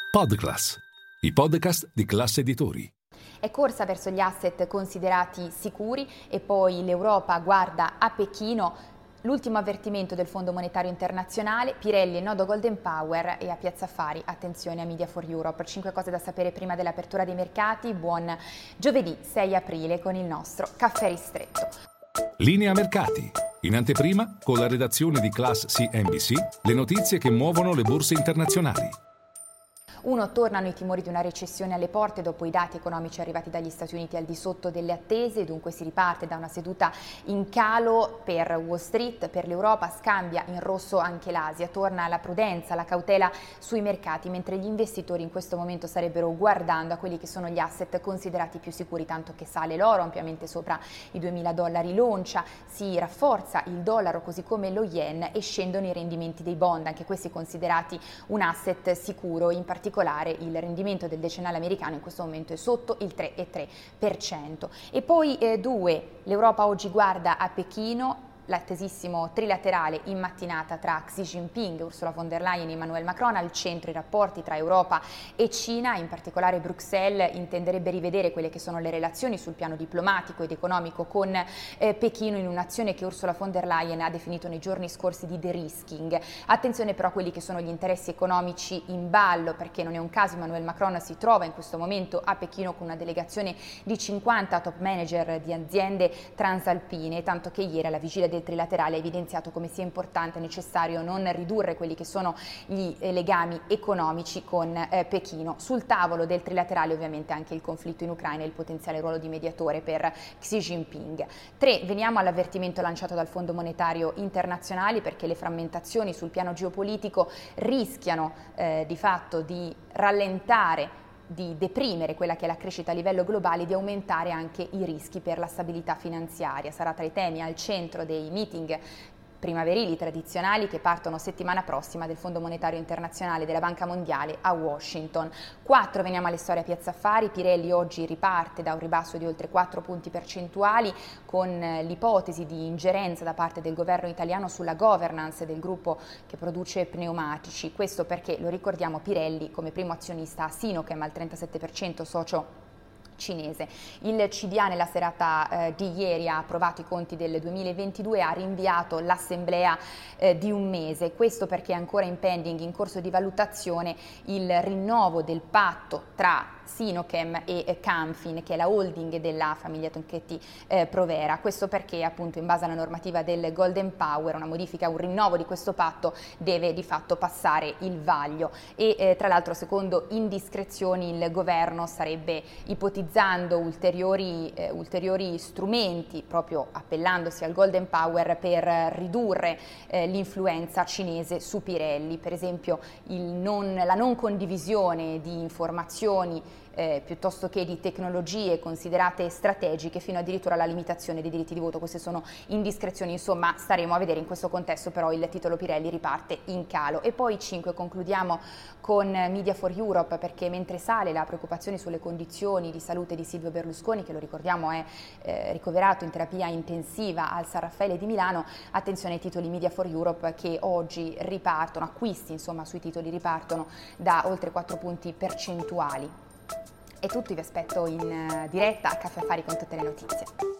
Podclass, i podcast di Class Editori. È corsa verso gli asset considerati sicuri e poi l'Europa guarda a Pechino. L'ultimo avvertimento del Fondo Monetario Internazionale, Pirelli e nodo Golden Power, e a Piazza Affari, attenzione a Media for Europe. 5 cose da sapere prima dell'apertura dei mercati. Buon giovedì 6 aprile con il nostro caffè ristretto. Linea mercati. In anteprima, con la redazione di Class CNBC, le notizie che muovono le borse internazionali. Tornano i timori di una recessione alle porte dopo i dati economici arrivati dagli Stati Uniti al di sotto delle attese, dunque si riparte da una seduta in calo per Wall Street, per l'Europa, scambia in rosso anche l'Asia, torna la prudenza, la cautela sui mercati, mentre gli investitori in questo momento starebbero guardando a quelli che sono gli asset considerati più sicuri, tanto che sale l'oro ampiamente sopra i $2.000 l'oncia, si rafforza il dollaro così come lo yen e scendono i rendimenti dei bond, anche questi considerati un asset sicuro. In particolare il rendimento del decennale americano in questo momento è sotto il 3,3%. E poi l'Europa oggi guarda a Pechino, l'attesissimo trilaterale in mattinata tra Xi Jinping, Ursula von der Leyen e Emmanuel Macron, al centro i rapporti tra Europa e Cina. In particolare Bruxelles intenderebbe rivedere quelle che sono le relazioni sul piano diplomatico ed economico con Pechino, in un'azione che Ursula von der Leyen ha definito nei giorni scorsi di de-risking. Attenzione però a quelli che sono gli interessi economici in ballo, perché non è un caso Emmanuel Macron si trova in questo momento a Pechino con una delegazione di 50 top manager di aziende transalpine, tanto che ieri alla vigilia del trilaterale ha evidenziato come sia importante e necessario non ridurre quelli che sono gli legami economici con Pechino. Sul tavolo del trilaterale ovviamente anche il conflitto in Ucraina e il potenziale ruolo di mediatore per Xi Jinping. Veniamo all'avvertimento lanciato dal Fondo Monetario Internazionale, perché le frammentazioni sul piano geopolitico rischiano di fatto di rallentare, di deprimere quella che è la crescita a livello globale, di aumentare anche i rischi per la stabilità finanziaria. Sarà tra i temi al centro dei meeting primaverili tradizionali che partono settimana prossima del Fondo Monetario Internazionale della Banca Mondiale a Washington. Veniamo alle storie a Piazza Affari. Pirelli oggi riparte da un ribasso di oltre 4 punti percentuali con l'ipotesi di ingerenza da parte del governo italiano sulla governance del gruppo che produce pneumatici. Questo perché, lo ricordiamo, Pirelli come primo azionista ha Sinochem al 37% socio cinese. Il CDA nella serata di ieri ha approvato i conti del 2022 e ha rinviato l'assemblea di un mese, questo perché è ancora in pending, in corso di valutazione, il rinnovo del patto tra Sinochem e Camfin, che è la holding della famiglia Tonchetti Provera. Questo perché appunto in base alla normativa del Golden Power una modifica, un rinnovo di questo patto deve di fatto passare il vaglio e tra l'altro secondo indiscrezioni il governo starebbe ipotizzando ulteriori strumenti, proprio appellandosi al Golden Power, per ridurre l'influenza cinese su Pirelli, per esempio la non condivisione di informazioni piuttosto che di tecnologie considerate strategiche, fino addirittura alla limitazione dei diritti di voto. Queste sono indiscrezioni, insomma staremo a vedere. In questo contesto però il titolo Pirelli riparte in calo. E poi concludiamo con Media for Europe, perché mentre sale la preoccupazione sulle condizioni di salute di Silvio Berlusconi, che lo ricordiamo è ricoverato in terapia intensiva al San Raffaele di Milano, attenzione ai titoli Media for Europe che oggi ripartono, acquisti insomma sui titoli ripartono da oltre 4 punti percentuali. È tutto, vi aspetto in diretta a Caffè Affari con tutte le notizie.